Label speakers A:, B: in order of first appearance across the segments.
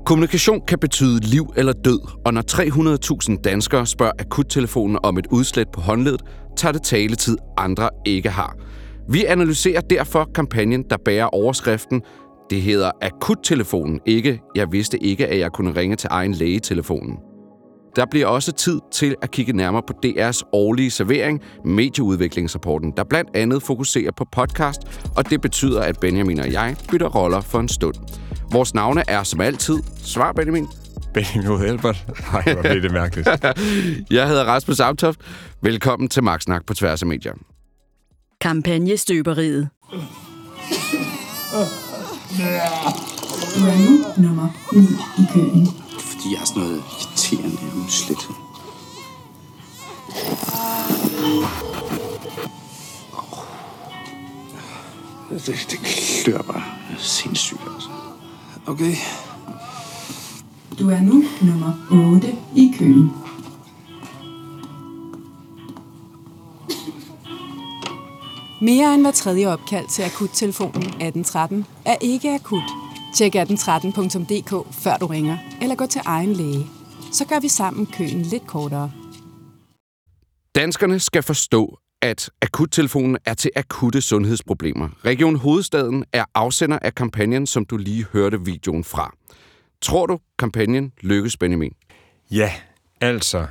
A: Kommunikation kan betyde liv eller død, og når 300.000 danskere spørger akuttelefonen om et udslæt på håndleddet, tager det taletid, andre ikke har. Vi analyserer derfor kampagnen, der bærer overskriften "Det hedder akuttelefonen, ikke jeg vidste ikke, at jeg kunne ringe til egen lægetelefonen". Der bliver også tid til at kigge nærmere på DR's årlige servering, medieudviklingsrapporten, der blandt andet fokuserer på podcast, og det betyder, at Benjamin og jeg bytter roller for en stund. Vores navne er som altid. Svar, Benjamin.
B: Benjamin Rode Albert. Nej, hvor blev det mærkeligt.
A: Jeg hedder Rasmus Amtoft. Velkommen til Magtsnak på tværs af medier.
C: Kampagnestøberiet.
D: Du er nu nummer 9 i køen.
E: Fordi jeg har sådan noget irriterende udslæt. Det klør bare sindssygt, altså.
F: Okay.
D: Du er nu nummer 8 i køen.
G: Mere end hver tredje opkald til akuttelefonen 1813 er ikke akut. Tjek 1813.dk, før du ringer, eller gå til egen læge. Så gør vi sammen køen lidt kortere.
A: Danskerne skal forstå, at akuttelefonen er til akutte sundhedsproblemer. Region Hovedstaden er afsender af kampagnen, som du lige hørte videoen fra. Tror du, kampagnen lykkes, Benjamin?
B: Ja, altså,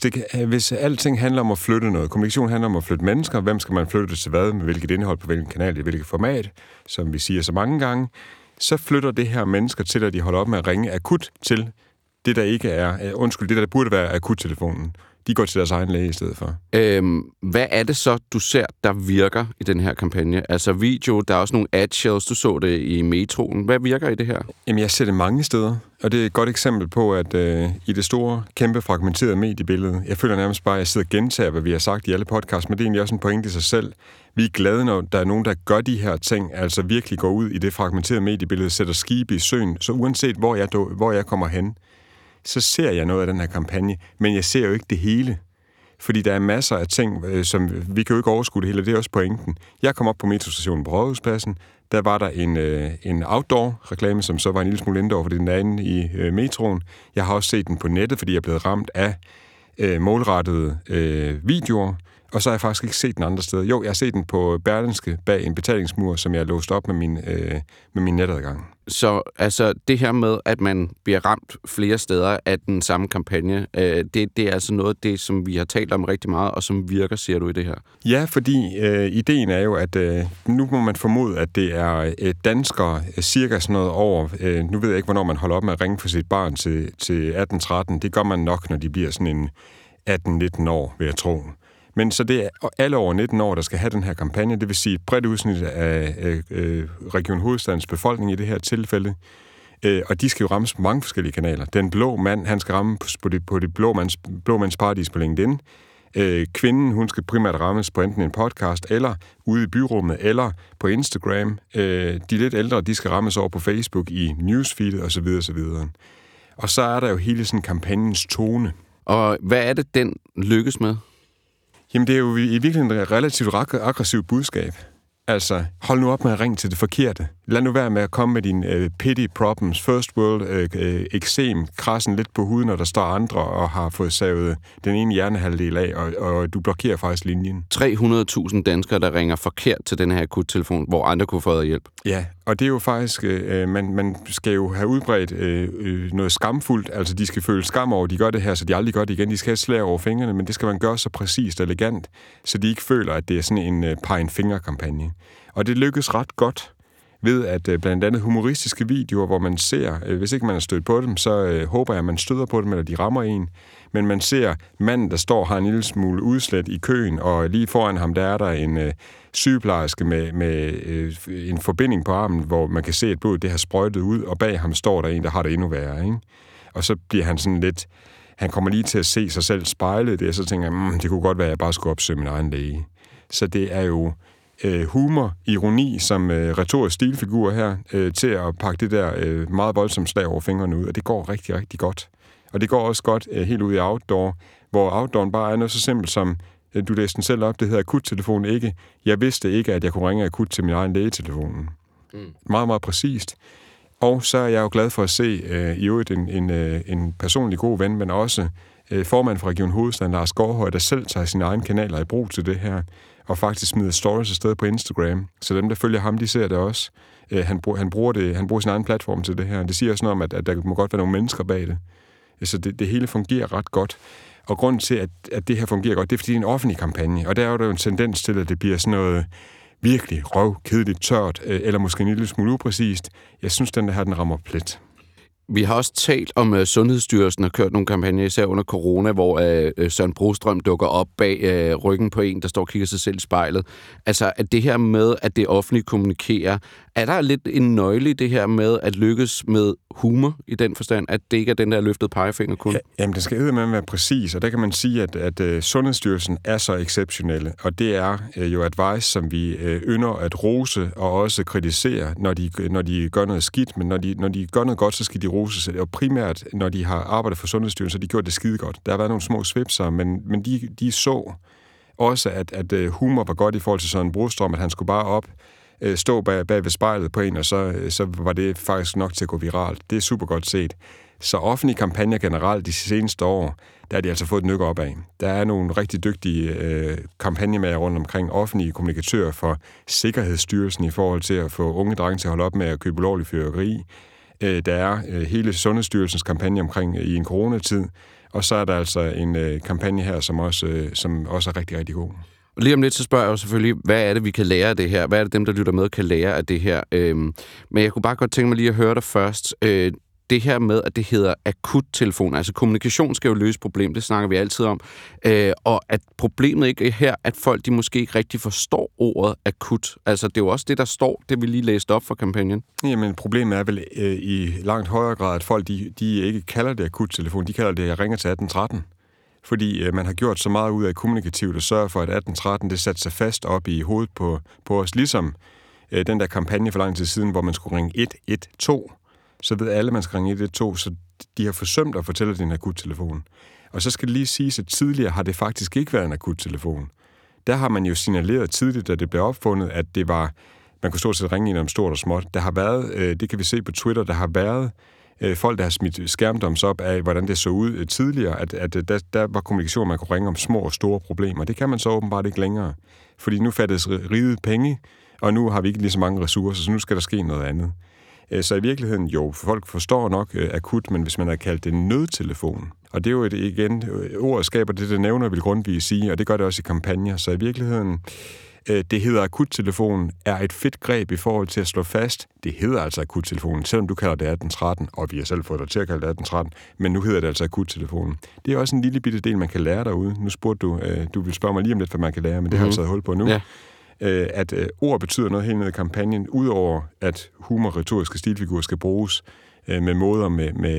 B: hvis alting handler om at flytte noget, kommunikation handler om at flytte mennesker, hvem skal man flytte det til hvad, med hvilket indhold, på hvilken kanal, i hvilket format, som vi siger så mange gange, så flytter det her mennesker til, at de holder op med at ringe akut til det, der ikke er, det der burde være akuttelefonen. De går til deres egen læge i stedet for.
A: Hvad er det så, du ser, der virker i den her kampagne? Altså video, der er også nogle ad-shows, du så det i metroen. Hvad virker i det her?
B: Jamen, jeg ser det mange steder, og det er et godt eksempel på, at i det store, kæmpe, fragmenterede mediebillede, jeg føler nærmest bare, at jeg sidder og gentager, hvad vi har sagt i alle podcasts, men det er egentlig også en pointe i sig selv. Vi er glade, når der er nogen, der gør de her ting, altså virkelig går ud i det fragmenterede mediebillede, sætter skibe i søen, så uanset hvor jeg kommer hen, så ser jeg noget af den her kampagne, men jeg ser jo ikke det hele. Fordi der er masser af ting, som vi kan jo ikke overskue det hele, det er også pointen. Jeg kom op på metrostationen på Rådhuspladsen, der var der en outdoor-reklame, som så var en lille smule indoor, fordi den er inde i metroen. Jeg har også set den på nettet, fordi jeg er blevet ramt af målrettede videoer, og så har jeg faktisk ikke set den andre steder. Jo, jeg har set den på Berlingske bag en betalingsmur, som jeg har låst op med min netadgang.
A: Så altså det her med, at man bliver ramt flere steder af den samme kampagne, det er altså noget af det, som vi har talt om rigtig meget, og som virker, siger du i det her?
B: Ja, fordi ideen er jo, at nu må man formode, at det er danskere cirka sådan noget over. Nu ved jeg ikke, hvornår man holder op med at ringe for sit barn til 18-13. Det gør man nok, når de bliver sådan en 18-19 år, vil jeg tro. Men så det er alle over 19 år, der skal have den her kampagne. Det vil sige et bredt udsnit af Region Hovedstadens befolkning i det her tilfælde. Og de skal jo rammes på mange forskellige kanaler. Den blå mand, han skal ramme på det blå mands paradis på LinkedIn. Kvinden, hun skal primært rammes på enten en podcast, eller ude i byrummet, eller på Instagram. De lidt ældre, de skal rammes over på Facebook i newsfeedet osv. osv. Og så er der jo hele sådan kampagnens tone.
A: Og hvad er det, den lykkes med?
B: Jamen, det er jo i virkeligheden et relativt aggressivt budskab. Altså, hold nu op med at ringe til det forkerte. Lad nu være med at komme med dine pity problems, first world, eksem, krassen lidt på huden, når der står andre og har fået savet den ene hjernehalvdel af, og du blokerer faktisk linjen.
A: 300.000 danskere, der ringer forkert til den her akuttelefon, hvor andre kunne få hjælp.
B: Ja, og det er jo faktisk, man skal jo have udbredt noget skamfuldt, altså de skal føle skam over, at de gør det her, så de aldrig gør det igen. De skal have slag over fingrene, men det skal man gøre så præcist og elegant, så de ikke føler, at det er sådan en pege-en-finger-kampagne. Og det lykkes ret godt ved, at blandt andet humoristiske videoer, hvor man ser, hvis ikke man har stødt på dem, så håber jeg, at man støder på dem, eller de rammer en. Men man ser manden, der står har en lille smule udslæt i køen, og lige foran ham, der er der en sygeplejerske med en forbinding på armen, hvor man kan se, at blodet det har sprøjtet ud, og bag ham står der en, der har det endnu værre, ikke? Og så bliver han sådan lidt, han kommer lige til at se sig selv spejlet det, og så tænker jeg, det kunne godt være, at jeg bare skulle opsøge min egen læge. Så det er jo humor, ironi som retorisk stilfigur her, til at pakke det der meget voldsomt slag over fingrene ud, og det går rigtig, rigtig godt. Og det går også godt helt ud i outdoor, hvor outdooren bare er noget så simpelt som, du læste den selv op, det hedder akuttelefon ikke. Jeg vidste ikke, at jeg kunne ringe akut til min egen lægetelefon. Meget, meget præcist. Og så er jeg jo glad for at se i øvrigt en personlig god ven, men også formand for Region Hovedstaden, Lars Gårdhøj, der selv tager sine egne kanaler i brug til det her, og faktisk smider stories afsted på Instagram. Så dem, der følger ham, de ser det også. Han bruger sin egen platform til det her. Det siger også noget om, at der må godt være nogle mennesker bag det. Så det hele fungerer ret godt. Og grunden til, at det her fungerer godt, det er, fordi det er en offentlig kampagne. Og der er jo en tendens til, at det bliver sådan noget virkelig røvkedeligt, tørt, eller måske en lille smule upræcist. Jeg synes, den rammer plet.
A: Vi har også talt om, Sundhedsstyrelsen har kørt nogle kampagner, især under corona, hvor Søren Brostrøm dukker op bag ryggen på en, der står og kigger sig selv i spejlet. Altså, at det her med, at det offentlige kommunikerer, er der lidt en nøgle i det her med at lykkes med humor i den forstand, at det ikke er den der løftede pegefinger kun?
B: Ja, jamen, det skal eddermame være præcis, og der kan man sige, at Sundhedsstyrelsen er så exceptionelle, og det er jo advice, som vi ynder at rose og også kritisere, når de gør noget skidt, men når de gør noget godt, så skal de roses, og primært, når de har arbejdet for Sundhedsstyrelsen, så har de gjort det skide godt. Der har været nogle små svipser, men de så også, at humor var godt i forhold til Søren Brostrøm, at han skulle bare op, stå bag ved spejlet på en, og så var det faktisk nok til at gå viralt. Det er super godt set. Så offentlige kampagner generelt de seneste år, der har de altså fået et nykke op af. Der er nogle rigtig dygtige kampagnemager rundt omkring, offentlige kommunikatører for Sikkerhedsstyrelsen i forhold til at få unge drenge til at holde op med at købe ulovlig fyrværkeri. Der er hele Sundhedsstyrelsens kampagne omkring i en coronatid, og så er der altså en kampagne her, som også er rigtig, rigtig god.
A: Lige om lidt, så spørger jeg jo selvfølgelig, hvad er det, vi kan lære af det her? Hvad er det, dem, der lytter med, kan lære af det her? Men jeg kunne bare godt tænke mig lige at høre dig først. Det her med, at det hedder akuttelefon. Altså kommunikation skal jo løse problem, det snakker vi altid om. Og at problemet ikke er her, at folk de måske ikke rigtig forstår ordet akut. Altså det er jo også det, der står, det vi lige læste op for kampagnen.
B: Jamen problemet er vel i langt højere grad, at folk de ikke kalder det akuttelefon, de kalder det, jeg ringer til 1813. Fordi man har gjort så meget ud af kommunikativt og sørger for, at 1813 det satte sig fast op i hovedet på os. Ligesom den der kampagne for lang tid siden, hvor man skulle ringe 112. Så ved alle, man skal ringe 112, så de har forsømt at fortælle, at det er en akuttelefon. Og så skal det lige siges, at tidligere har det faktisk ikke været en akuttelefon. Der har man jo signaleret tidligt, da det blev opfundet, at det var, man kunne stort set ringe ind om stort og småt. Der har været, det kan vi se på Twitter, der har været folk, der har smidt skærmdoms op af, hvordan det så ud tidligere, at der var kommunikation, man kunne ringe om små og store problemer. Det kan man så åbenbart ikke længere, fordi nu fattes riget penge, og nu har vi ikke lige så mange ressourcer, så nu skal der ske noget andet. Så i virkeligheden, jo, folk forstår nok akut, men hvis man har kaldt det nødtelefon, og det er jo igen, ordet skaber det nævner, vil Grundtvig sige, og det gør det også i kampagner, så i virkeligheden, det hedder akuttelefon, er et fedt greb i forhold til at slå fast, det hedder altså akuttelefonen, selvom du kalder det 1813, og vi har selv fået dig til at kalde det 1813, men nu hedder det altså akuttelefonen. Det er også en lille bitte del, man kan lære derude. Nu spurgte du vil spørge mig lige om lidt, hvad man kan lære, men det har jeg taget hul på nu. Ja. At ord betyder noget helt ned i kampagnen, udover at humor og retoriske stilfigurer skal bruges med måder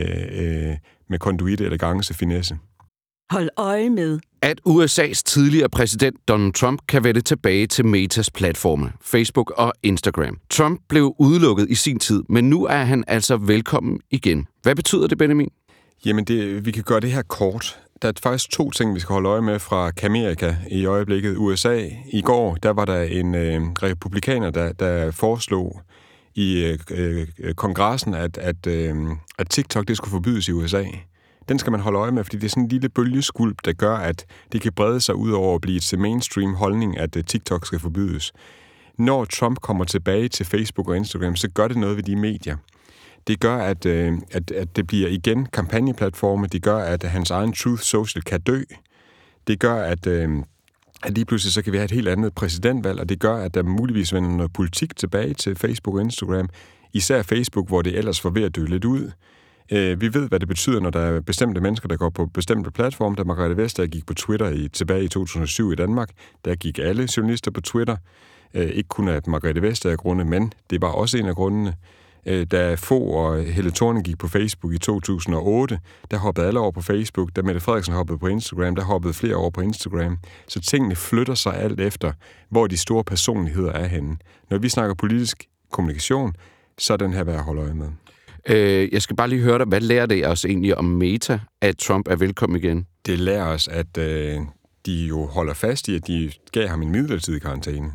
B: med konduite, elegance, finesse.
C: Hold øje med,
A: at USA's tidligere præsident Donald Trump kan vende tilbage til Metas platforme, Facebook og Instagram. Trump blev udelukket i sin tid, men nu er han altså velkommen igen. Hvad betyder det, Benjamin?
B: Jamen, vi kan gøre det her kort. Der er faktisk 2 ting, vi skal holde øje med fra Amerika i øjeblikket. USA. I går, der var der en republikaner, der foreslog i kongressen, at TikTok det skulle forbydes i USA. Den skal man holde øje med, fordi det er sådan en lille bølgeskulp, der gør, at det kan brede sig ud over at blive til mainstream holdning, at TikTok skal forbydes. Når Trump kommer tilbage til Facebook og Instagram, så gør det noget ved de medier. Det gør, at det bliver igen kampagneplatforme. Det gør, at hans egen Truth Social kan dø. Det gør, at lige pludselig så kan vi have et helt andet præsidentvalg, og det gør, at der muligvis vender noget politik tilbage til Facebook og Instagram. Især Facebook, hvor det ellers var ved at dø lidt ud. Vi ved, hvad det betyder, når der er bestemte mennesker, der går på bestemte platforme. Da Margrethe Vestager gik på Twitter tilbage i 2007 i Danmark, der gik alle journalister på Twitter. Ikke kun af Margrethe Vestager-grunde, men det var også en af grundene. Da Fogh og Helle Thorning gik på Facebook i 2008, der hoppede alle over på Facebook. Da Mette Frederiksen hoppede på Instagram, der hoppede flere over på Instagram. Så tingene flytter sig alt efter, hvor de store personligheder er henne. Når vi snakker politisk kommunikation, så er den her værd at holde øje med.
A: Jeg skal bare lige høre dig, hvad lærer det os egentlig om Meta, at Trump er velkommen igen?
B: Det lærer os, at de jo holder fast i, at de gav ham en midlertidig karantæne.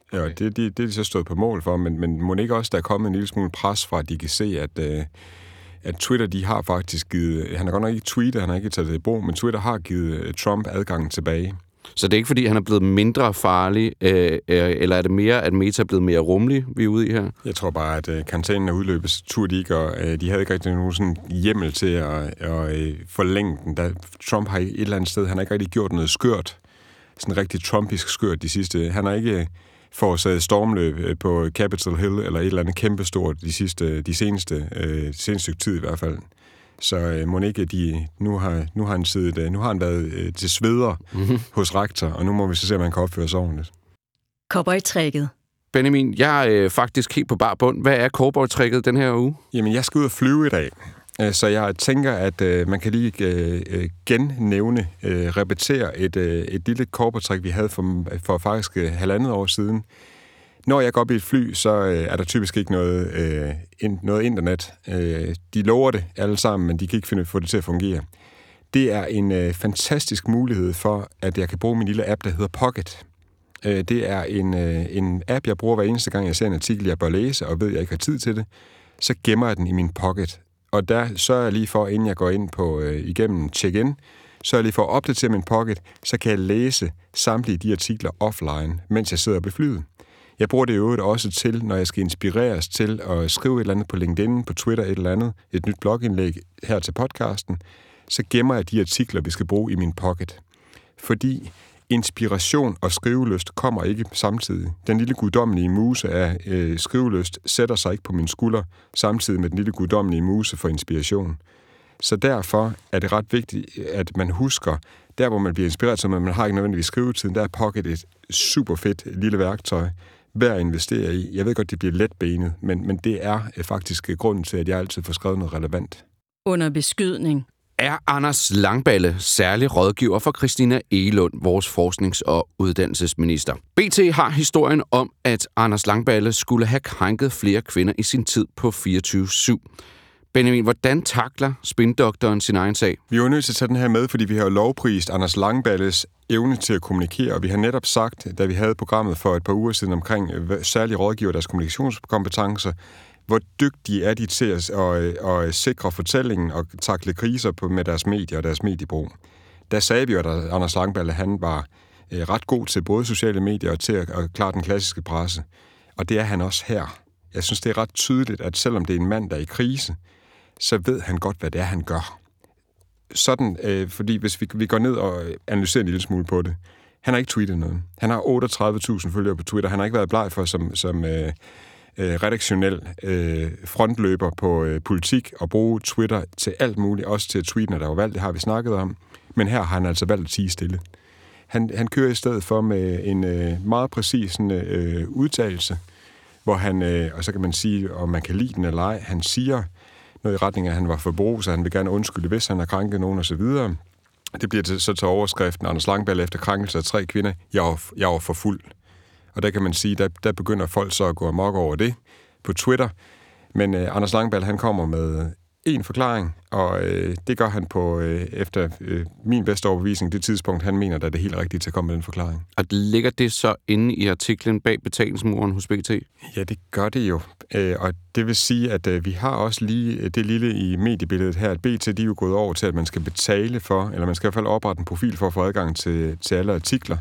B: Ja, det er de så stået på mål for, men må ikke også, der er kommet en lille smule pres fra, at de kan se, at Twitter, de har faktisk givet, han har godt nok ikke tweetet, han har ikke taget det i brug, men Twitter har givet Trump adgang tilbage.
A: Så det er ikke, fordi han er blevet mindre farlig, eller er det mere, at Meta er blevet mere rummelig, vi er ude i her?
B: Jeg tror bare, at karantænen er udløbet, så turde de ikke, og de havde ikke rigtig nogen sådan hjemmel til at forlænge den. Trump har et eller andet sted, han har ikke rigtig gjort noget skørt, sådan rigtig trumpisk skørt de sidste. Han har ikke forårsaget stormløb på Capitol Hill, eller et eller andet kæmpestort de seneste stykke tid i hvert fald. Så må ikke nu har han været til sveder hos rektor, og nu må vi så se, om han kan opføre sig ordentligt.
C: Cowboy-tricket.
A: Benjamin, jeg er faktisk helt på bar bund. Hvad er cowboy-tricket den her uge?
B: Jamen, jeg skal ud og flyve i dag, så jeg tænker, at man kan lige repetere et lille cowboy-trick, vi havde for faktisk 1,5 år siden. Når jeg går op i et fly, så er der typisk ikke noget internet. De lover det alle sammen, men de kan ikke få det til at fungere. Det er en fantastisk mulighed for, at jeg kan bruge min lille app, der hedder Pocket. Det er en app, jeg bruger hver eneste gang, jeg ser en artikel, jeg bør læse, og ved, at jeg ikke har tid til det. Så gemmer jeg den i min Pocket. Og der sørger jeg lige for, inden jeg går ind på igennem check-in, så jeg lige for at opdatere min Pocket, så kan jeg læse samtlige de artikler offline, mens jeg sidder oppe i flyet. Jeg bruger det i øvrigt også til, når jeg skal inspireres til at skrive et eller andet på LinkedIn, på Twitter, et eller andet, et nyt blogindlæg her til podcasten, så gemmer jeg de artikler, vi skal bruge i min Pocket. Fordi inspiration og skrivelyst kommer ikke samtidig. Den lille guddommelige muse af skrivelyst sætter sig ikke på min skulder, samtidig med den lille guddommelige muse for inspiration. Så derfor er det ret vigtigt, at man husker, der hvor man bliver inspireret, så man har ikke nødvendigvis skrivetiden, der er Pocket et super fedt lille værktøj, værd at investere i. Jeg ved godt, det bliver letbenet, men det er faktisk grunden til, at jeg altid får skrevet noget relevant.
C: Under beskydning.
A: Er Anders Langballe særlig rådgiver for Christina Egelund, vores forsknings- og uddannelsesminister? BT har historien om, at Anders Langballe skulle have krænket flere kvinder i sin tid på 24/7. Benjamin, hvordan takler spindoktoren sin egen sag?
B: Vi er jo nødt til at tage den her med, fordi vi har lovprist Anders Langballes evne til at kommunikere, og vi har netop sagt, da vi havde programmet for et par uger siden omkring særlige rådgiver deres kommunikationskompetencer, hvor dygtige er de til at sikre fortællingen og takle kriser med deres medier og deres mediebrug. Der sagde vi jo, at Anders Langballe han var ret god til både sociale medier og til at klare den klassiske presse. Og det er han også her. Jeg synes, det er ret tydeligt, at selvom det er en mand, der er i krise, så ved han godt, hvad det er, han gør. Sådan, fordi hvis vi går ned og analyserer en lille smule på det. Han har ikke tweetet noget. Han har 38.000 følgere på Twitter. Han har ikke været bleg for som redaktionel frontløber på politik og bruge Twitter til alt muligt, også til at tweete, når der var valg. Det har vi snakket om. Men her har han altså valgt at tie stille. Han kører i stedet for med en meget præcis udtalelse, hvor han, og så kan man sige, om man kan lide den eller ej, han siger noget i retning af, at han var forbruger, så han vil gerne undskylde, hvis han har krænket nogen osv. Det bliver så til overskriften, Anders Langballe efter krænkelse af 3 kvinder, jeg var for fuld. Og der kan man sige, der begynder folk så at gå amok over det på Twitter. Men Anders Langballe, han kommer med en forklaring, og det gør han på, efter min bedste overbevisning, det tidspunkt, han mener, der er det helt rigtigt til at komme med den forklaring.
A: Og ligger det så inde i artiklen bag betalingsmuren hos BT?
B: Ja, det gør det jo. Og det vil sige, at vi har også lige det lille i mediebilledet her, at BT de er jo gået over til, at man skal betale for, eller man skal i hvert fald oprette en profil for at få adgang til alle artikler.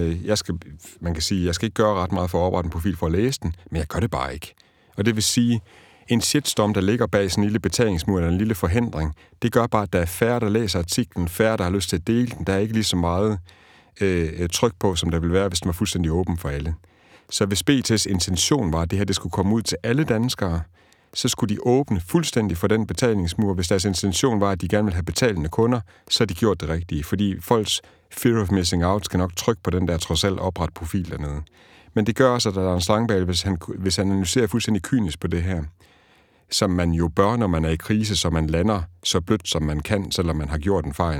B: Man kan sige, jeg skal ikke gøre ret meget for at oprette en profil for at læse den, men jeg gør det bare ikke. Og det vil sige, en shitstorm, der ligger bag sådan en lille betalingsmur eller en lille forhindring, det gør bare, at der er færre, der læser artiklen, færre, der har lyst til at dele den. Der er ikke lige så meget tryk på, som der vil være, hvis den var fuldstændig åben for alle. Så hvis BT's intention var, at det her det skulle komme ud til alle danskere, så skulle de åbne fuldstændig for den betalingsmur. Hvis deres intention var, at de gerne ville have betalende kunder, så har de gjort det rigtige. Fordi folks fear of missing out skal nok trykke på den der trods alt opret profil dernede. Men det gør også, at der er en Langballe, hvis han analyserer fuldstændig kynisk på det her, som man jo bør, når man er i krise, så man lander så blødt, som man kan, selvom man har gjort en fejl.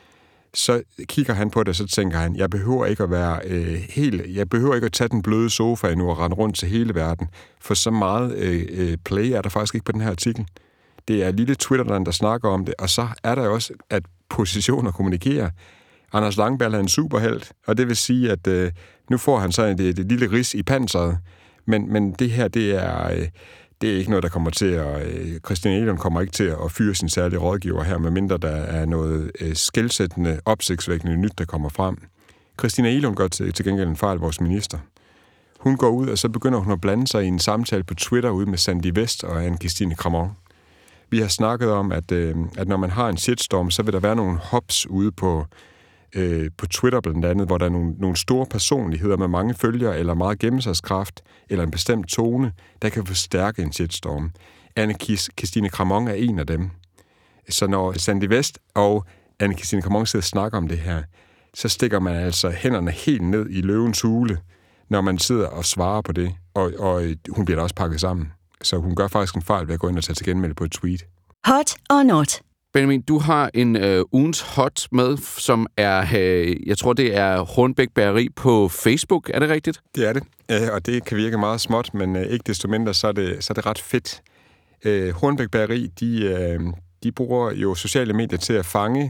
B: Så kigger han på det, og så tænker han, jeg behøver ikke at være jeg behøver ikke at tage den bløde sofa nu og rende rundt til hele verden, for så meget play er der faktisk ikke på den her artikel. Det er lille Twitterland, der snakker om det, og så er der også, at positioner kommunikerer, Anders Langballe er en superhelt, og det vil sige, at nu får han så et lille ris i panseret, men det her, det er ikke noget, der kommer til at... Christina Egelund kommer ikke til at fyre sin særlige rådgiver her, medmindre der er noget skelsættende, opsigtsvækkende nyt, der kommer frem. Christina Egelund gør til gengæld en fejl, vores minister. Hun går ud, og så begynder hun at blande sig i en samtale på Twitter ude med Sandy West og Anne-Christine Kramon. Vi har snakket om, at når man har en shitstorm, så vil der være nogle hops ude på Twitter blandt andet, hvor der er nogle store personligheder med mange følgere, eller meget gennemslagskraft, eller en bestemt tone, der kan forstærke en shitstorm. Anne-Christine Kramon er en af dem. Så når Sandy West og Anne-Christine Kramon sidder og snakker om det her, så stikker man altså hænderne helt ned i løvens hule, når man sidder og svarer på det, og hun bliver da også pakket sammen. Så hun gør faktisk en fejl ved at gå ind og tage til genmelde på et tweet.
C: Hot or not?
A: Benjamin, du har en ugens hot med, som er, jeg tror det er Hornbæk Bageri på Facebook, er det rigtigt?
B: Det er det, og det kan virke meget småt, men ikke desto mindre, så er det ret fedt. Hornbæk Bageri, de bruger jo sociale medier til at fange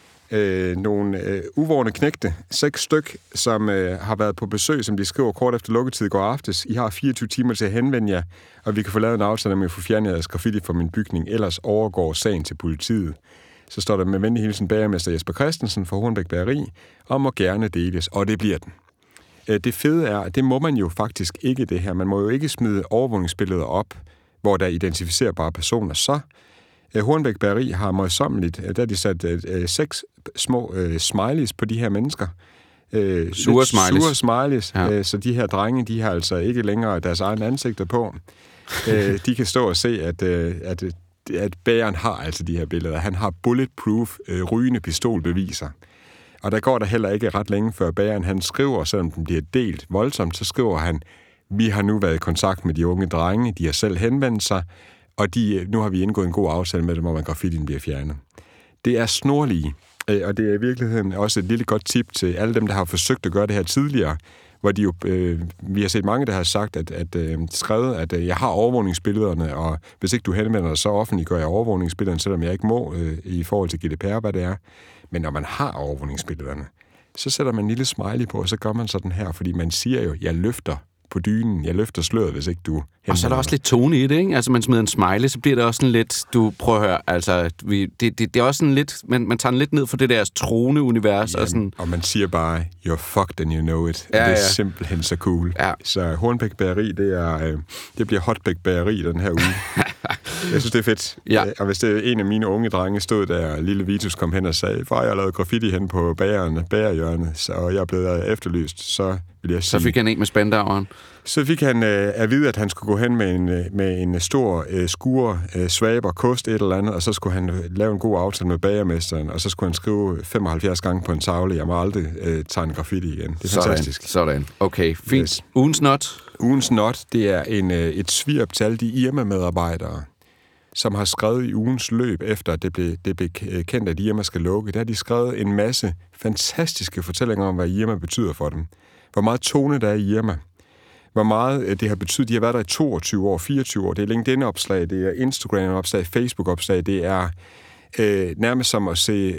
B: nogle uvorne knægte, 6 styk, som har været på besøg, som de skriver kort efter lukketid i går aftes. I har 24 timer til at henvende jer, og vi kan få lavet en aftale med at få fjernet jeres graffiti fra min bygning, ellers overgår sagen til politiet. Så står der med venlig hilsen bagermester Jesper Christensen fra Hornbæk Bageri, og må gerne deles, og det bliver den. Det fede er, at det må man jo faktisk ikke det her. Man må jo ikke smide overvågningsbilleder op, hvor der er identificerbare personer. Så Hornbæk Bageri har møjsommeligt, der de sat 6 små smileys på de her mennesker.
A: Sure
B: smileys. Ja. Så de her drenge, de har altså ikke længere deres egne ansigter på. De kan stå og se, at bageren har altså de her billeder. Han har bulletproof rygende pistolbeviser. Og der går der heller ikke ret længe før bageren, han skriver, selvom den bliver delt voldsomt, så skriver han, vi har nu været i kontakt med de unge drenge, de har selv henvendt sig, og nu har vi indgået en god aftale med dem, om at graffitien bliver fjernet. Det er snorlige, og det er i virkeligheden også et lille godt tip til alle dem, der har forsøgt at gøre det her tidligere, hvor de jo, vi har set mange, der har sagt, skrevet, at jeg har overvågningsbillederne, og hvis ikke du henvender dig, så offentliggør jeg overvågningsbillederne, selvom jeg ikke må i forhold til GDPR, hvad det er. Men når man har overvågningsbillederne, så sætter man en lille smiley på, og så gør man sådan her, fordi man siger jo, jeg løfter på dynen, jeg løfter sløret, hvis ikke du henvender.
A: Og så er der også lidt tone i det, ikke? Altså, man smider en smiley, så bliver det også sådan lidt, du prøver at høre, altså, det er også sådan lidt, man tager den lidt ned for det deres trone-univers.
B: Ja,
A: og sådan. Og
B: man siger bare, you're fucked and you know it.
A: Ja,
B: det er simpelthen så cool.
A: Ja.
B: Så Hornbæk Bageri, det bliver Hotbæk Bageri den her uge. Jeg synes, det er fedt.
A: Ja.
B: Og hvis det er en af mine unge drenge stod der, og lille Vitus kom hen og sagde, far, jeg har lavet graffiti hen på bagerhjørnet, så jeg er blevet efterlyst, så vil jeg sige...
A: Så fik han en med spandaueren.
B: Så fik han at vide, at han skulle gå hen med en stor svaber, kost, et eller andet, og så skulle han lave en god aftale med bagermesteren, og så skulle han skrive 75 gange på en tavle, jeg må aldrig tegne graffiti igen. Det er fantastisk.
A: Sådan. Okay, fint.
B: Yes.
A: Ugens not?
B: Ugens not, det er et svirp til alle de Irma-medarbejdere, som har skrevet i ugens løb, efter at det blev kendt, at Irma skal lukke. Der har de skrevet en masse fantastiske fortællinger om, hvad Irma betyder for dem. Hvor meget tone der er i Irma. Hvor meget det har betydet. De har været der i 22 år, 24 år. Det er LinkedIn-opslag, det er Instagram-opslag, Facebook-opslag. Det er nærmest som at se...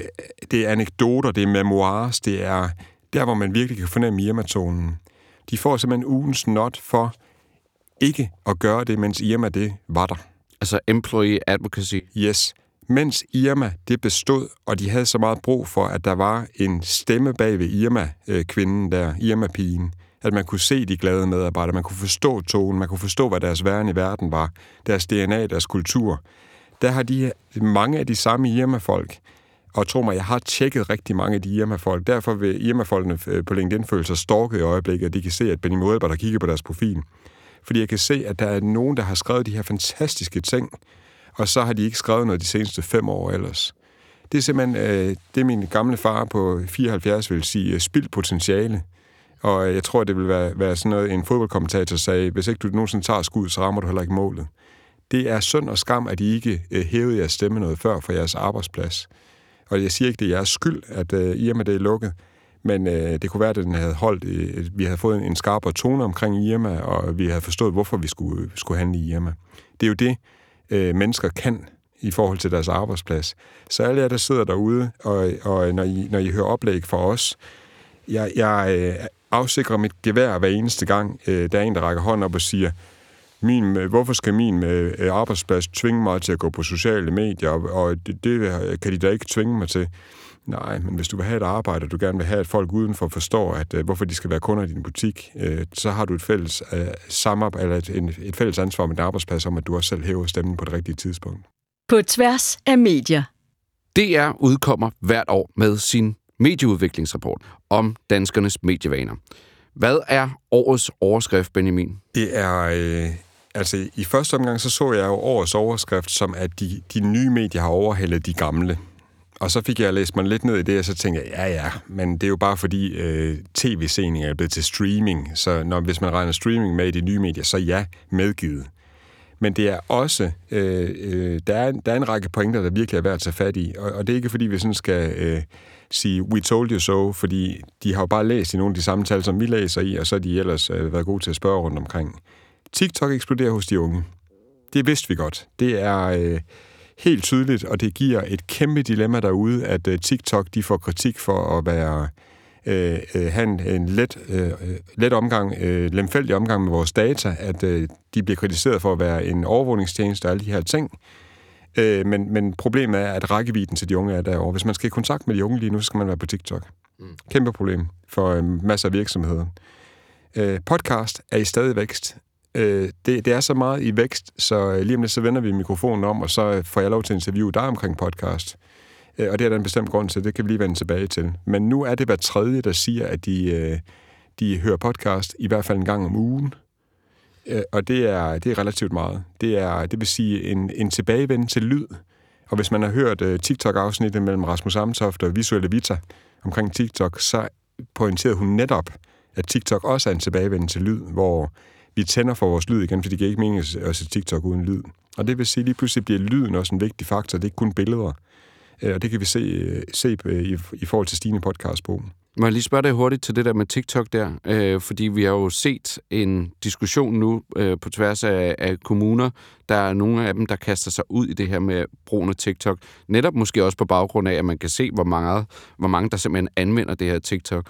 B: det er anekdoter, det er memoirs, det er der, hvor man virkelig kan fornemme Irma-tonen. De får simpelthen ugens not for ikke at gøre det, mens Irma det var der.
A: Altså employee advocacy.
B: Yes. Mens Irma det bestod, og de havde så meget brug for, at der var en stemme bag ved Irma-kvinden der, Irma-pigen, at man kunne se de glade medarbejdere, man kunne forstå tonen, man kunne forstå, hvad deres væren i verden var, deres DNA, deres kultur. Der har de mange af de samme Irma-folk, og tro mig, jeg har tjekket rigtig mange af de Irma-folk. Derfor vil Irma-folkene på LinkedIn føle sig stalket i øjeblikket, at de kan se, at Benny Modelberg, der kigger på deres profil. Fordi jeg kan se, at der er nogen, der har skrevet de her fantastiske ting, og så har de ikke skrevet noget de seneste 5 år ellers. Det er simpelthen, det min gamle far på 74 vil sige, spildt potentiale. Og jeg tror, det vil være sådan noget, en fodboldkommentator sagde, hvis ikke du nogensinde tager skud, så rammer du heller ikke målet. Det er synd og skam, at I ikke hævede jeres stemme noget før for jeres arbejdsplads. Og jeg siger ikke, det er jeres skyld, at Irma det er lukket, men det kunne være, at den havde holdt, vi havde fået en skarpere tone omkring Irma, og vi havde forstået, hvorfor vi skulle handle i Irma. Det er jo det, mennesker kan i forhold til deres arbejdsplads. Så alle jer, der sidder derude, og når I hører oplæg fra os, jeg afsikrer mit gevær hver eneste gang, der er en, der rækker hånden op og siger, hvorfor skal min arbejdsplads tvinge mig til at gå på sociale medier, og det kan de da ikke tvinge mig til. Nej, men hvis du vil have et arbejde, og du gerne vil have, at folk udenfor forstår, at hvorfor de skal være kunder i din butik, så har du et fælles et fælles ansvar med din arbejdsplads om, at du også selv hæver stemmen på det rigtige tidspunkt.
C: På tværs af medier.
A: DR udkommer hvert år med sin medieudviklingsrapport om danskernes medievaner. Hvad er årets overskrift, Benjamin?
B: Det er... i første omgang så jeg jo årets overskrift, som at de nye medier har overhældet de gamle. Og så fik jeg læst mig lidt ned i det, og så tænkte jeg, ja, men det er jo bare fordi tv-sening er blevet til streaming. Så hvis man regner streaming med i de nye medier, så ja, medgivet. Men det er også, der er en række pointer, der virkelig er værd at tage fat i. Og det er ikke fordi, vi sådan skal sige, we told you so, fordi de har jo bare læst i nogle af de samme tal, som vi læser i, og så har de ellers været gode til at spørge rundt omkring. TikTok eksploderer hos de unge. Det vidste vi godt. Det er helt tydeligt, og det giver et kæmpe dilemma derude, at TikTok de får kritik for at være have en let omgang, lemfældig omgang med vores data, at de bliver kritiseret for at være en overvågningstjeneste og alle de her ting. Men problemet er, at rækkevidden til de unge er derovre. Hvis man skal i kontakt med de unge lige nu, så skal man være på TikTok. Kæmpe problem for masser af virksomheder. Podcast er i stadig vækst. Det er så meget i vækst, så lige om lidt så vender vi mikrofonen om, og så får jeg lov til at interviewe dig omkring podcast. Og det er der en bestemt grund til, det kan vi lige vende tilbage til. Men nu er det hver tredje, der siger, at de hører podcast i hvert fald en gang om ugen. Og det er relativt meget. Det vil sige en tilbagevend til lyd. Og hvis man har hørt TikTok-afsnittet mellem Rasmus Amtoft og Visuelle Vita omkring TikTok, så pointerede hun netop, at TikTok også er en tilbagevend til lyd, hvor vi tænder for vores lyd igen, fordi det giver ikke mening at se TikTok uden lyd. Og det vil sige, at lige pludselig bliver lyden også en vigtig faktor. Det er ikke kun billeder. Og det kan vi se i forhold til stigende podcastbrug.
A: Må jeg lige spørge dig hurtigt til det der med TikTok der? Fordi vi har jo set en diskussion nu på tværs af kommuner. Der er nogle af dem, der kaster sig ud i det her med brugen af TikTok. Netop måske også på baggrund af, at man kan se, hvor mange der simpelthen anvender det her TikTok.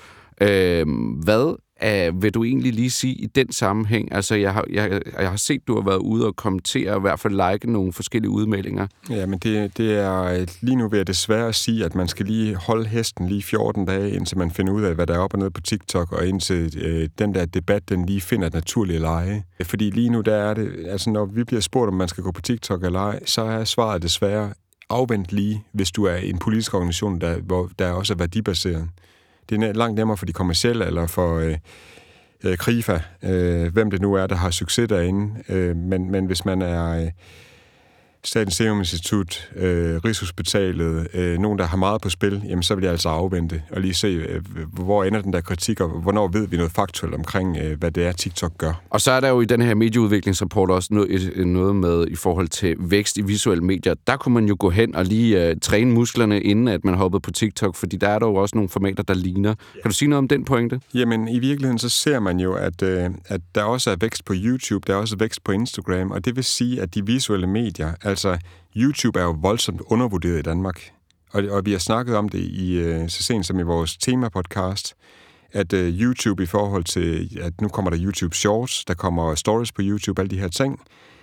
A: Hvad vil du egentlig lige sige i den sammenhæng? Altså, jeg har set, du har været ude og kommentere, og i hvert fald like nogle forskellige udmeldinger. Ja,
B: men det er lige nu ved at desværre sige, at man skal lige holde hesten lige 14 dage, indtil man finder ud af, hvad der er op og ned på TikTok, og indtil den der debat, den lige finder et naturligt leje. Fordi lige nu, der er det, altså når vi bliver spurgt, om man skal gå på TikTok eller ej, så er svaret desværre afvent lige, hvis du er en politisk organisation, der også er værdibaseret. Det er langt nemmere for de kommercielle, eller for Krifa, hvem det nu er, der har succes derinde. Men hvis man er Statens Serum Institut, Rigshospitalet, nogen, der har meget på spil, jamen så vil jeg altså afvente og lige se, hvor ender den der kritik, og hvornår ved vi noget faktuelt omkring, hvad det er, TikTok gør.
A: Og så er der jo i den her medieudviklingsrapport også noget med i forhold til vækst i visuelle medier. Der kunne man jo gå hen og lige træne musklerne, inden at man hoppede på TikTok, fordi der er der jo også nogle formater, der ligner. Kan du sige noget om den pointe?
B: Jamen, i virkeligheden så ser man jo, at der også er vækst på YouTube, der er også vækst på Instagram, og det vil sige, at de visuelle medier, altså YouTube er jo voldsomt undervurderet i Danmark. Og vi har snakket om det så sent som i vores temapodcast, at YouTube i forhold til, at nu kommer der YouTube Shorts, der kommer stories på YouTube, alle de her ting,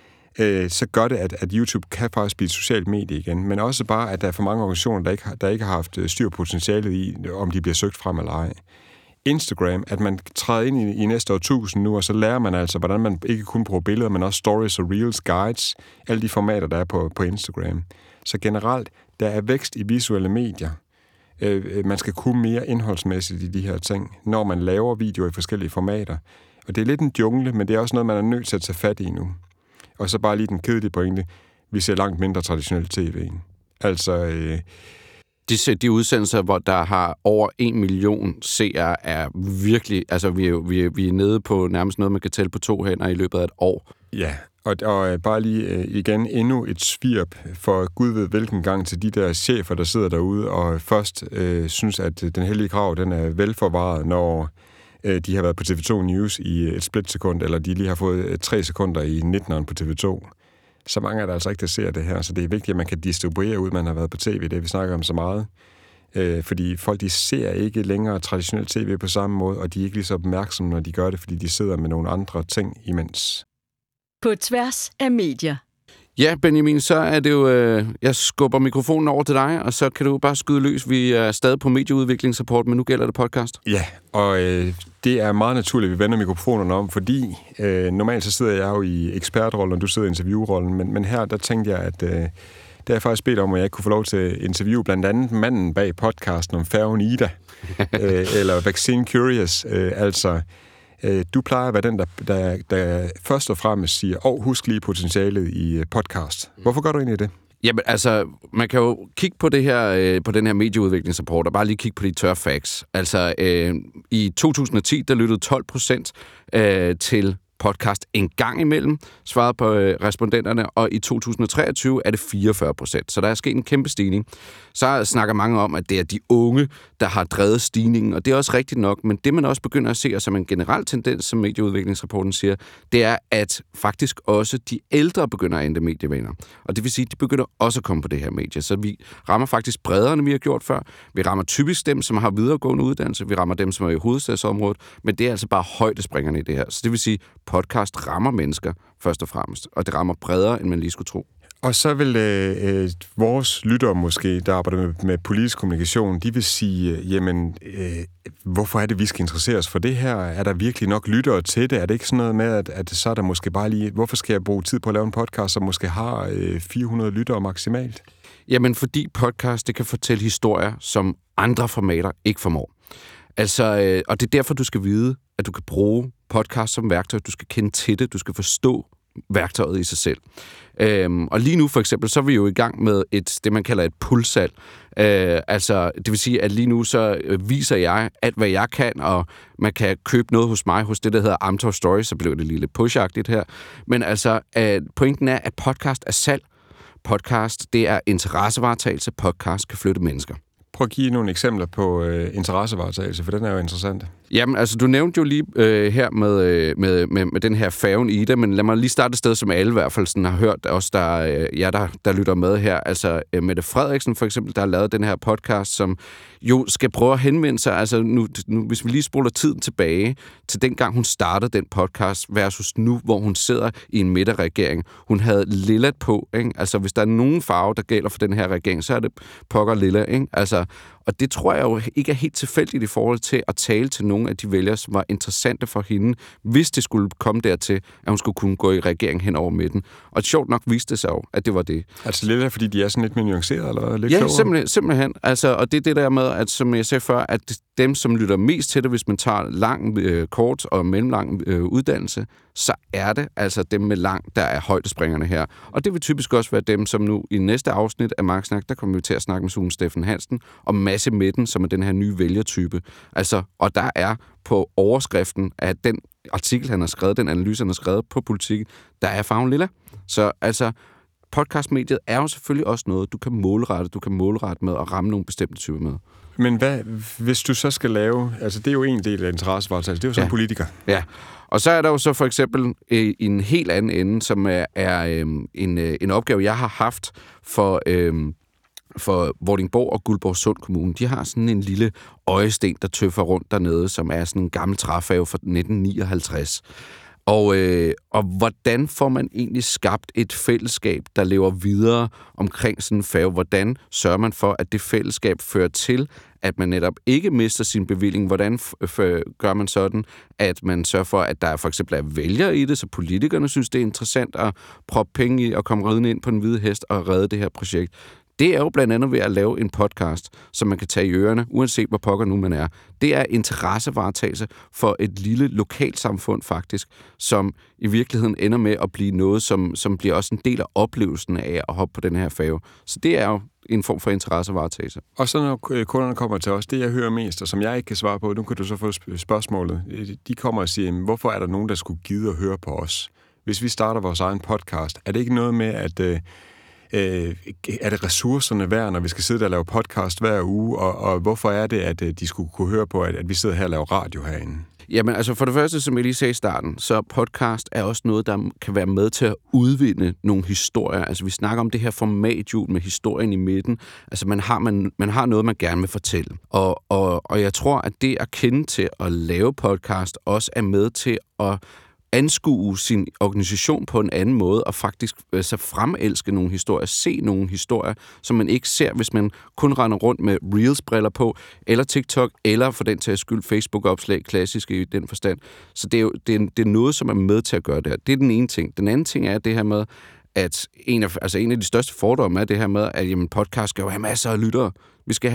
B: så gør det, at YouTube kan faktisk blive et socialt medie igen. Men også bare, at der er for mange organisationer, der ikke har haft styr på potentialet i, om de bliver søgt frem eller ej. Instagram, at man træder ind i næste årtusind nu, og så lærer man altså, hvordan man ikke kun bruger billeder, men også stories og reels, guides, alle de formater, der er på Instagram. Så generelt, der er vækst i visuelle medier. Man skal kunne mere indholdsmæssigt i de her ting, når man laver videoer i forskellige formater. Og det er lidt en jungle, men det er også noget, man er nødt til at tage fat i nu. Og så bare lige den kedelige pointe, vi ser langt mindre traditionelt tv. Altså
A: de udsendelser, hvor der har over 1 million seere, er virkelig... Altså, vi er nede på nærmest noget, man kan tælle på 2 hænder i løbet af et år.
B: Ja, og bare lige igen endnu et svirp for Gud ved hvilken gang til de der chefer, der sidder derude og først synes, at den hellige krav, den er velforvaret, når de har været på TV2 News i et splitsekund, eller de lige har fået 3 sekunder i 19'eren på TV2. så mange er der altså ikke, der ser det her. Så det er vigtigt, at man kan distribuere ud, man har været på tv, det vi snakker om så meget. Fordi folk, de ser ikke længere traditionelt tv på samme måde, og de er ikke lige så opmærksomme, når de gør det, fordi de sidder med nogle andre ting imens.
C: På tværs af medier.
A: Ja, Benjamin, så er det jo... jeg skubber mikrofonen over til dig, og så kan du bare skyde løs. Vi er stadig på medieudviklingsrapport, men nu gælder det podcast.
B: Ja, og det er meget naturligt, at vi vender mikrofonerne om, fordi normalt så sidder jeg jo i ekspertrollen, og du sidder i interviewrollen, men her, der tænkte jeg, at der er jeg faktisk bedt om, at jeg ikke kunne få lov til at interviewe blandt andet manden bag podcasten om færgen Ida, eller Vaccine Curious, altså... Du plejer at være den, der først og fremmest siger, husk lige potentialet i podcast. Hvorfor gør du egentlig det?
A: Jamen, altså, man kan jo kigge på det her, på den her medieudviklingsrapport, og bare lige kigge på de tørre facts. Altså, i 2010, der lyttede 12% til podcast en gang imellem, svaret på respondenterne, og i 2023 er det 44%. Så der er sket en kæmpe stigning. Så snakker mange om, at det er de unge, der har drevet stigningen, og det er også rigtigt nok, men det man også begynder at se, som en generel tendens, som medieudviklingsrapporten siger, det er, at faktisk også de ældre begynder at ændre medievaner. Og det vil sige, at de begynder også at komme på det her medie. Så vi rammer faktisk bredere, end vi har gjort før. Vi rammer typisk dem, som har videregående uddannelse. Vi rammer dem, som er i hovedstadsområdet. Men det er altså bare højdespringerne i det her. Så det vil sige, podcast rammer mennesker først og fremmest, og det rammer bredere, end man lige skulle tro.
B: Og så vil vores lyttere måske, der arbejder med politisk kommunikation, de vil sige, jamen, hvorfor er det, vi skal interessere os for det her? Er der virkelig nok lyttere til det? Er det ikke sådan noget med, at så er der måske bare lige, hvorfor skal jeg bruge tid på at lave en podcast, som måske har 400 lyttere maksimalt?
A: Jamen, fordi podcast, det kan fortælle historier, som andre formater ikke formår. Altså, og det er derfor, du skal vide, at du kan bruge podcast som værktøj. Du skal kende til det, du skal forstå værktøjet i sig selv. Og lige nu for eksempel, så er vi jo i gang med det, man kalder et pull-salg. Altså, det vil sige, at lige nu så viser jeg alt, hvad jeg kan, og man kan købe noget hos mig, hos det, der hedder Amtor Story, så blev det lige lidt push-agtigt her. Men altså, pointen er, at podcast er salg. Podcast, det er interessevaretagelse. Podcast kan flytte mennesker.
B: Prøv at give nogle eksempler på interessevaretagelse, for den er jo interessant.
A: Jamen, altså, du nævnte jo lige her med den her færgen Ida, men lad mig lige starte et sted, som alle i hvert fald sådan har hørt, også der lytter med her. Altså, Mette Frederiksen for eksempel, der har lavet den her podcast, som jo skal prøve at henvende sig, altså nu, hvis vi lige spoler tiden tilbage til dengang hun startede den podcast, versus nu, hvor hun sidder i en midterregering. Hun havde lilla på, ikke? Altså, hvis der er nogen farve, der gælder for den her regering, så er det pokker lilla, ikke? Altså, og det tror jeg jo ikke er helt tilfældigt i forhold til at tale til nogle af de vælgere, som var interessante for hende, hvis det skulle komme dertil, at hun skulle kunne gå i regering hen over midten. Og sjovt nok viste det sig jo, at det var det.
B: Altså lidt af, fordi de er sådan lidt mere nuanceret, eller lidt
A: ja,
B: klogere?
A: simpelthen. Altså, og det er det der med, at som jeg sagde før, at dem, som lytter mest til det, hvis man tager lang, kort og mellemlang uddannelse, så er det altså dem med lang, der er højdespringerne her. Og det vil typisk også være dem, som nu i næste afsnit af Marksnak, der kommer vi til at snakke med Sune Steffen Hansen om Masse Midten, som er den her nye vælgertype. Altså, og der er på overskriften af den artikel, han har skrevet, den analyse, han har skrevet på Politik, der er farven lilla. Så altså, podcastmediet er jo selvfølgelig også noget, du kan målrette med at ramme nogle bestemte typer med.
B: Men hvad, hvis du så skal lave, altså det er jo en del af interessevaretagelse, det er jo som politiker.
A: Ja, og så er der jo så for eksempel en helt anden ende, som er en opgave, jeg har haft for Vordingborg og Guldborgsund Kommune. De har sådan en lille øjesten, der tøffer rundt dernede, som er sådan en gammel træfærge fra 1959. Og hvordan får man egentlig skabt et fællesskab, der lever videre omkring sådan en færge? Hvordan sørger man for, at det fællesskab fører til, at man netop ikke mister sin bevilling? Hvordan gør man sådan, at man sørger for, at der for eksempel er vælgere i det, så politikerne synes, det er interessant at proppe penge i og komme ridende ind på den hvide hest og redde det her projekt? Det er jo blandt andet ved at lave en podcast, som man kan tage i ørerne, uanset hvor pokker nu man er. Det er interessevaretagelse for et lille lokalsamfund faktisk, som i virkeligheden ender med at blive noget, som bliver også en del af oplevelsen af at hoppe på den her færge. Så det er jo en form for interessevaretagelse.
B: Og så når kunderne kommer til os, det jeg hører mest, og som jeg ikke kan svare på, nu kan du så få spørgsmålet, de kommer og siger, hvorfor er der nogen, der skulle gide at høre på os? Hvis vi starter vores egen podcast, er det ikke noget med, at er det ressourcerne værd, når vi skal sidde der og lave podcast hver uge, og hvorfor er det, at de skulle kunne høre på, at vi sidder her og laver radio herinde?
A: Jamen, altså for det første, som jeg lige sagde i starten, så podcast er også noget, der kan være med til at udvinde nogle historier. Altså vi snakker om det her formathjul med historien i midten. Altså man har noget, man gerne vil fortælle. Og jeg tror, at det at kende til at lave podcast også er med til at anskue sin organisation på en anden måde, og faktisk så fremelske nogle historier, se nogle historier, som man ikke ser, hvis man kun render rundt med Reels-briller på, eller TikTok, eller for den tages skyld Facebook-opslag, klassiske i den forstand. Så det er noget, som er med til at gøre det her. Det er den ene ting. Den anden ting er det her med, at en af de største fordomme er det her med, at jamen, podcast skal jo have masser af lyttere. Vi skal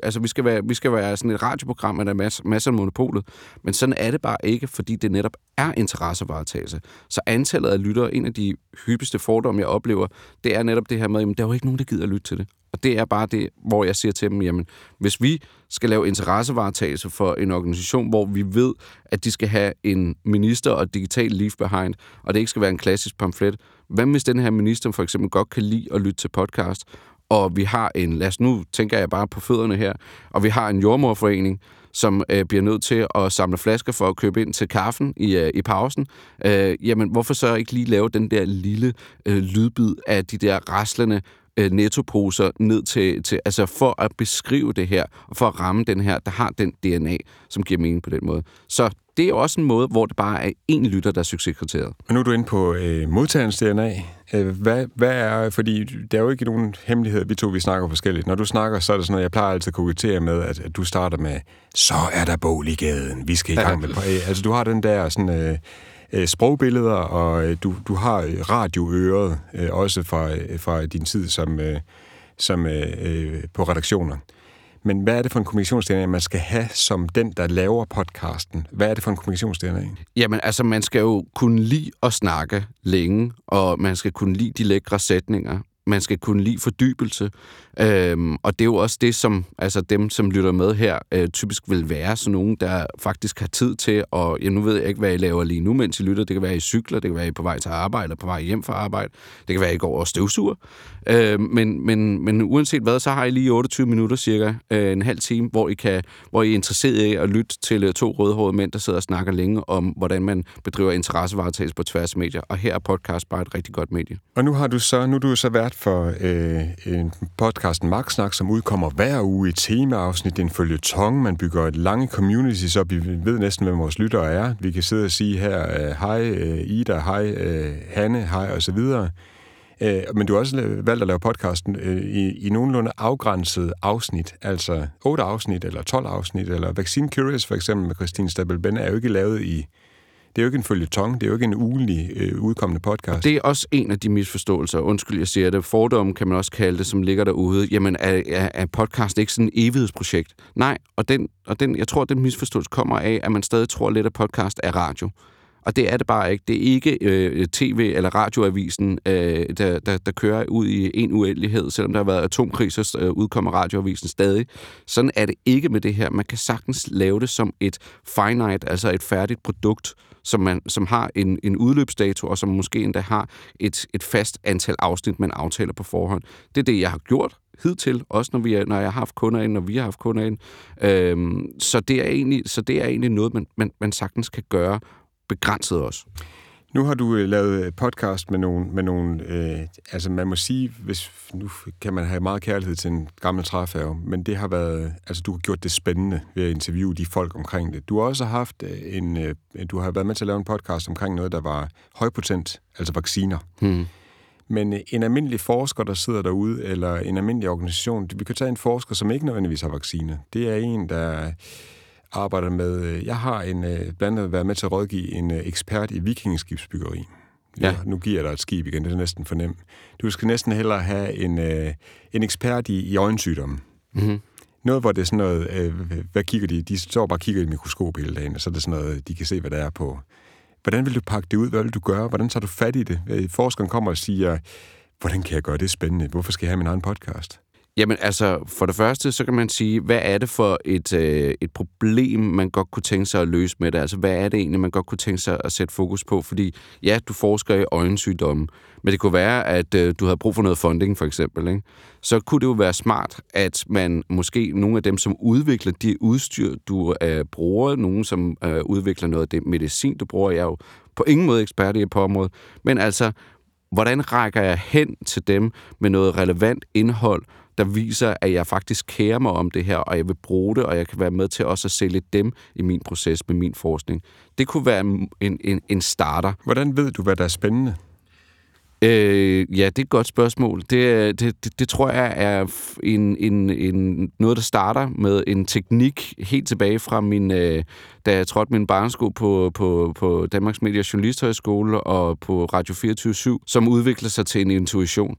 A: være sådan et radioprogram med der masser af monopolet. Men sådan er det bare ikke, fordi det netop er interessevaretagelse. Så antallet af lyttere, en af de hyppigste fordomme, jeg oplever, det er netop det her med, at der er jo ikke nogen, der gider at lytte til det. Og det er bare det, hvor jeg siger til dem, jamen, hvis vi skal lave interessevaretagelse for en organisation, hvor vi ved, at de skal have en minister og et digital leave behind, og det ikke skal være en klassisk pamflet, hvad hvis den her minister for eksempel godt kan lide at lytte til podcast, og vi har nu tænker jeg bare på fødderne her, og vi har en jordmorforening, som bliver nødt til at samle flasker for at købe ind til kaffen i pausen, jamen hvorfor så ikke lige lave den der lille lydbid af de der raslende nettoposer ned til altså for at beskrive det her, og for at ramme den her, der har den DNA, som giver mening på den måde. Så det er jo også en måde, hvor det bare er én lytter, der er succeskriteriet.
B: Og nu er du inde på modtagerens DNA. Hvad er, fordi der er jo ikke nogen hemmelighed, vi snakker forskelligt. Når du snakker, så er det sådan noget, jeg plejer altid at kokettere med, at du starter med, så er der bål i gaden, vi skal i gang med. Altså du har den der sådan sprogbilleder, og du har radioøret, også fra din tid som på redaktioner. Men hvad er det for en kommunikationsdna, man skal have som den, der laver podcasten? Hvad er det for en kommunikationsdna?
A: Jamen, altså, man skal jo kunne lide at snakke længe, og man skal kunne lide de lækre sætninger. Man skal kunne lide fordybelse. Og det er jo også det, som altså dem, som lytter med her, typisk vil være sådan nogen, der faktisk har tid til, og nu ved jeg ikke, hvad I laver lige nu, mens I lytter. Det kan være, I cykler, det kan være, I på vej til arbejde, eller på vej hjem fra arbejde. Det kan være, I går over støvsuger. Men uanset hvad, så har I lige 28 minutter cirka, en halv time, hvor I er interesseret i at lytte til to rødhårede mænd, der sidder og snakker længe om, hvordan man bedriver interessevaretagelse på tværs af medier. Og her er podcast bare et rigtig godt medie. Og nu er
B: du så vært for en podcasten Magtsnak, som udkommer hver uge i temaafsnit. Det er en føljeton. Man bygger et lange communities op. Vi ved næsten, hvem vores lyttere er. Vi kan sidde og sige her, hej Ida, hej Hanne, hej og så videre. Men du har også valgt at lave podcasten i nogenlunde afgrænset afsnit, altså 8 afsnit eller 12 afsnit, eller Vaccine Curious for eksempel med Christine Stabell-Ben er jo ikke lavet i... Det er jo ikke en føljeton, det er jo ikke en ugentlig udkommende podcast. Og
A: det er også en af de misforståelser, undskyld, jeg siger det, fordomme kan man også kalde det, som ligger derude. Jamen, er podcast ikke sådan et evighedsprojekt? Nej, og jeg tror, at den misforståelse kommer af, at man stadig tror lidt, at podcast er radio. Og det er det bare ikke. Det er ikke tv- eller radioavisen, der kører ud i en uendelighed. Selvom der har været atomkrig, så udkommer radioavisen stadig. Sådan er det ikke med det her. Man kan sagtens lave det som et finite, altså et færdigt produkt, som har en udløbsdato, og som måske endda har et fast antal afsnit, man aftaler på forhånd. Det er det, jeg har gjort hidtil, også når jeg har haft kunder ind, og vi har haft kunder ind. Så det er egentlig noget, man sagtens kan gøre begrænset også.
B: Nu har du lavet podcast med nogle altså man må sige, nu kan man have meget kærlighed til en gammel træfærge, men det har været, altså du har gjort det spændende ved at interviewe de folk omkring det. Du har også haft du har været med til at lave en podcast omkring noget, der var højpotent, altså vacciner. Men en almindelig forsker, der sidder derude, eller en almindelig organisation, vi kan tage en forsker, som ikke nødvendigvis har vacciner. Det er en, der arbejder med... Jeg har blandt andet været med til at rådgive en ekspert i vikingeskibsbyggeri. Ja. Nu giver jeg dig et skib igen, det er næsten for nemt. Du skal næsten hellere have en ekspert i øjensygdomme. Mm-hmm. Noget, hvor det er sådan noget... hvad kigger de? De står bare og kigger i mikroskop hele dagen, og så er det sådan noget, de kan se, hvad der er på. Hvordan vil du pakke det ud? Hvad vil du gøre? Hvordan tager du fat i det? Forskeren kommer og siger, hvordan kan jeg gøre det spændende? Hvorfor skal jeg have min egen podcast?
A: Jamen altså, for det første, så kan man sige, hvad er det for et problem, man godt kunne tænke sig at løse med det? Altså, hvad er det egentlig, man godt kunne tænke sig at sætte fokus på? Fordi ja, du forsker i øjensygdomme, men det kunne være, at du havde brug for noget funding, for eksempel, ikke? Så kunne det jo være smart, at man måske nogle af dem, som udvikler de udstyr, du bruger, nogen som udvikler noget af det medicin, du bruger, jeg er jo på ingen måde ekspert i på området, men altså, hvordan rækker jeg hen til dem med noget relevant indhold, der viser, at jeg faktisk kærer mig om det her, og jeg vil bruge det, og jeg kan være med til også at sælge dem i min proces med min forskning. Det kunne være en starter.
B: Hvordan ved du, hvad der er spændende?
A: Ja, det er et godt spørgsmål. Det tror jeg er noget, der starter med en teknik helt tilbage fra da jeg trådte min barnesko på Danmarks Medie- og Journalisthøjskole og på Radio 24/7, som udvikler sig til en intuition.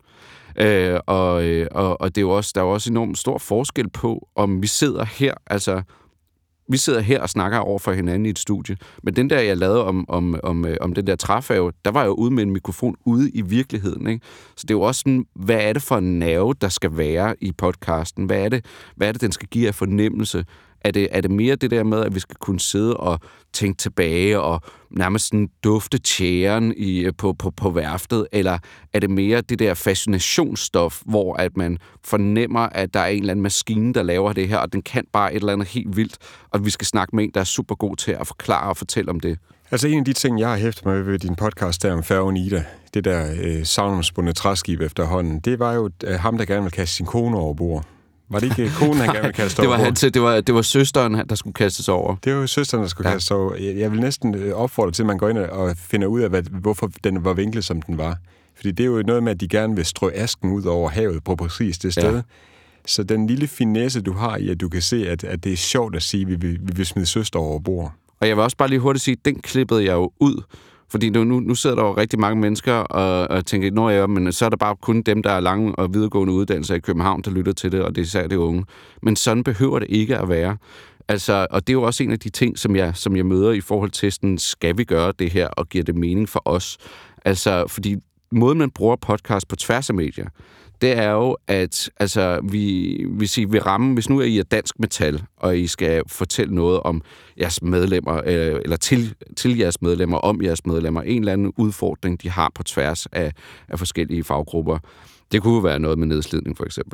A: Og det er jo også, der er jo også enormt stor forskel på, om vi sidder her, altså vi sidder her og snakker over for hinanden i et studie, men den der, jeg lavede om den der træfærge, der var jeg jo ude med en mikrofon ude i virkeligheden, ikke? Så det er jo også sådan, hvad er det for en nerve, der skal være i podcasten? Hvad er det, den skal give af fornemmelse? Er det mere det der med, at vi skal kunne sidde og tænke tilbage og nærmest sådan dufte tjæren på værftet, eller er det mere det der fascinationsstof, hvor at man fornemmer, at der er en eller anden maskine, der laver det her, og den kan bare et eller andet helt vildt, og vi skal snakke med en, der er super god til at forklare og fortælle om det.
B: Altså en af de ting, jeg har hæftet mig ved din podcast der om færgen Ida, det der savnomsbundne træskib efterhånden, det var jo ham, der gerne ville kaste sin kone over bord. Var det ikke konen, han gerne ville kaste over?
A: Det var søsteren, der skulle kastes over.
B: Det var jo søsteren, der skulle kastes over. Jeg vil næsten opfordre til, at man går ind og finder ud af, hvorfor den var vinklet, som den var. Fordi det er jo noget med, at de gerne vil strø asken ud over havet på præcis det sted. Ja. Så den lille finesse, du har i, at du kan se, at det er sjovt at sige, at vi vil smide søster over bord.
A: Og jeg vil også bare lige hurtigt sige, at den klippede jeg jo ud. Fordi nu sidder der jo rigtig mange mennesker og tænker, men så er der bare kun dem, der er lange og videregående uddannelser i København, der lytter til det, og det er især det unge. Men sådan behøver det ikke at være. Altså, og det er jo også en af de ting, som jeg møder i forhold til, sådan, skal vi gøre det her, og giver det mening for os? Altså, fordi måden, man bruger podcast på tværs af medier, det er jo, at altså, vi rammer, hvis nu er I er Dansk Metal, og I skal fortælle noget om jeres medlemmer, eller til jeres medlemmer, om jeres medlemmer, en eller anden udfordring, de har på tværs af forskellige faggrupper. Det kunne jo være noget med nedslidning, for eksempel.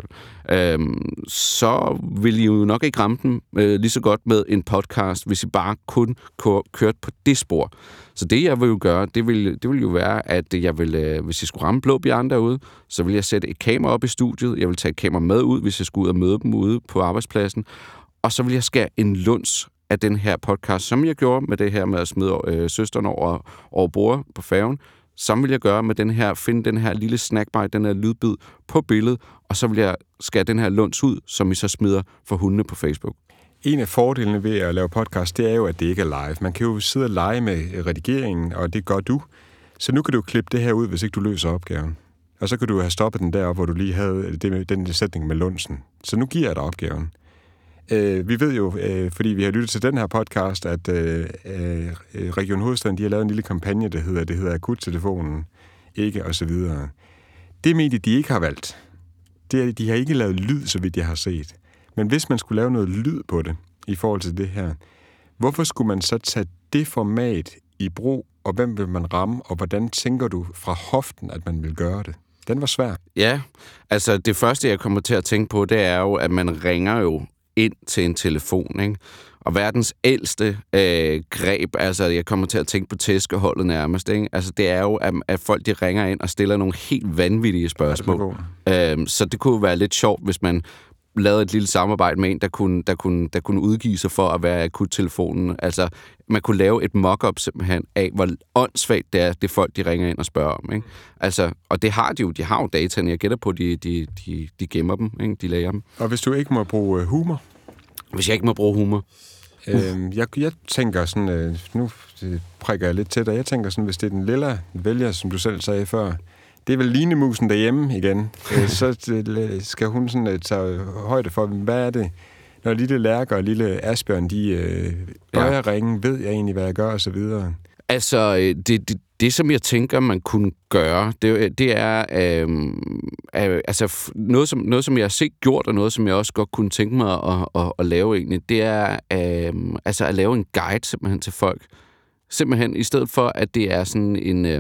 A: Så vil I jo nok ikke ramme dem lige så godt med en podcast, hvis I bare kun kørte på det spor. Så det, jeg vil jo gøre, det vil jo være, at jeg vil, hvis jeg skulle ramme Blå Bjørn derude, så vil jeg sætte et kamera op i studiet. Jeg vil tage et kamera med ud, hvis jeg skulle ud og møde dem ude på arbejdspladsen. Og så vil jeg skære en luns af den her podcast, som jeg gjorde med det her med at smide søsteren over bord på færgen. Så vil jeg gøre med finde den her lille snackbite, den her lydbid på billedet, og så vil jeg skære den her luns ud, som I så smider for hundene på Facebook.
B: En af fordelene ved at lave podcast, det er jo, at det ikke er live. Man kan jo sidde og lege med redigeringen, og det gør du. Så nu kan du klippe det her ud, hvis ikke du løser opgaven. Og så kan du have stoppet den deroppe, hvor du lige havde den sætning med lunsen. Så nu giver jeg dig opgaven. Vi ved jo, fordi vi har lyttet til den her podcast, at Region Hovedstaden, de har lavet en lille kampagne, det hedder Akuttelefonen, ikke, og så videre. Det medie, de ikke har valgt, det er, de har ikke lavet lyd, så vidt jeg har set. Men hvis man skulle lave noget lyd på det, i forhold til det her, hvorfor skulle man så tage det format i brug, og hvem vil man ramme, og hvordan tænker du fra hoften, at man vil gøre det? Den var svær.
A: Ja, altså det første, jeg kommer til at tænke på, det er jo, at man ringer jo ind til en telefon, ikke? Og verdens ældste greb, altså jeg kommer til at tænke på tæskeholdet nærmest, ikke? Altså det er jo, at folk de ringer ind og stiller nogle helt vanvittige spørgsmål. Så det kunne være lidt sjovt, hvis man lavede et lille samarbejde med en, der kunne udgive sig for at være akuttelefonen. Altså man kunne lave et mock-up simpelthen af, hvor åndssvagt det er, det folk de ringer ind og spørger om, ikke? Altså, og det har de jo, dataen, jeg gætter på, de gemmer dem, ikke? De lager dem.
B: Og hvis du ikke må bruge humor?
A: Hvis jeg ikke må bruge humor?
B: Jeg tænker sådan, nu prikker jeg lidt til dig, jeg tænker sådan, hvis det er den lille vælger, som du selv sagde før, det er vel Line-musen derhjemme igen, så skal hun sådan tage højde for, hvad er det, når lille Lærke og lille Asbjørn, de bøjer ringen, ved jeg egentlig, hvad jeg gør, og så videre.
A: Altså, Det, som jeg tænker, man kunne gøre, det er altså noget, som jeg har set gjort, og noget, som jeg også godt kunne tænke mig at lave egentlig, det er altså at lave en guide simpelthen til folk. Simpelthen, i stedet for, at det er sådan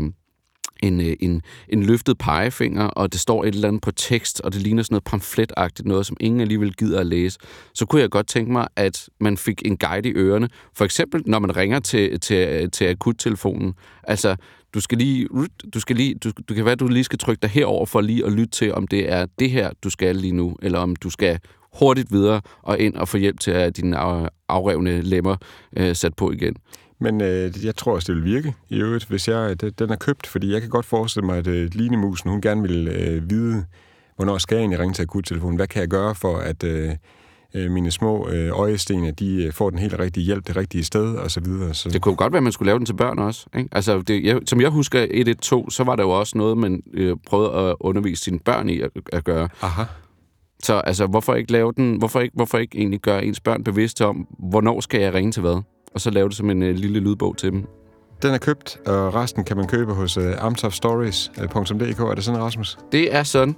A: en løftet pegefinger, og det står et eller andet på tekst, og det ligner sådan noget pamfletagtigt, noget, som ingen alligevel gider at læse, så kunne jeg godt tænke mig, at man fik en guide i ørerne. For eksempel, når man ringer til akuttelefonen. Altså, du kan være, at du lige skal trykke dig herover for lige at lytte til, om det er det her, du skal lige nu, eller om du skal hurtigt videre og ind og få hjælp til at have dine afrevne lemmer sat på igen.
B: Men jeg tror også, det vil virke i øvrigt, hvis den er købt, fordi jeg kan godt forestille mig, at Line-musen, hun gerne vil vide, hvornår skal jeg egentlig ringe til akuttelefonen? Hvad kan jeg gøre for, at mine små øjestene, de får den helt rigtige hjælp det rigtige sted, og så videre. Så.
A: Det kunne godt være, at man skulle lave den til børn også. Ikke? Altså, som jeg husker 112, så var der jo også noget, man prøvede at undervise sine børn i at gøre.
B: Aha.
A: Så altså, hvorfor ikke lave den? Hvorfor ikke egentlig gøre ens børn bevidste om, hvornår skal jeg ringe til hvad? Og så lave det som en lille lydbog til dem.
B: Den er købt, og resten kan man købe hos amtoftstories.dk. Er det sådan, Rasmus?
A: Det er sådan.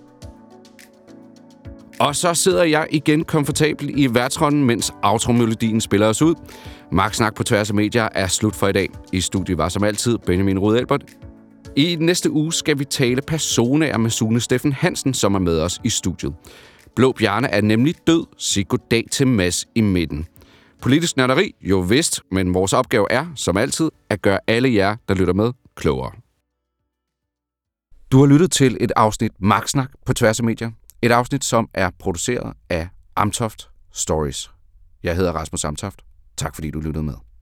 A: Og så sidder jeg igen komfortabel i værtsrollen, mens outromelodien spiller os ud. Magtsnak på tværs af medier er slut for i dag. I studiet var som altid Benjamin Rode-Albert. I næste uge skal vi tale personaer med Sune Steffen Hansen, som er med os i studiet. Blå Bjarne er nemlig død. Sig goddag til Mads i midten. Politisk nørderi, jo vist, men vores opgave er, som altid, at gøre alle jer, der lytter med, klogere. Du har lyttet til et afsnit Magtsnak på tværs af medier. Et afsnit, som er produceret af Amtoft Stories. Jeg hedder Rasmus Amtoft. Tak fordi du lyttede med.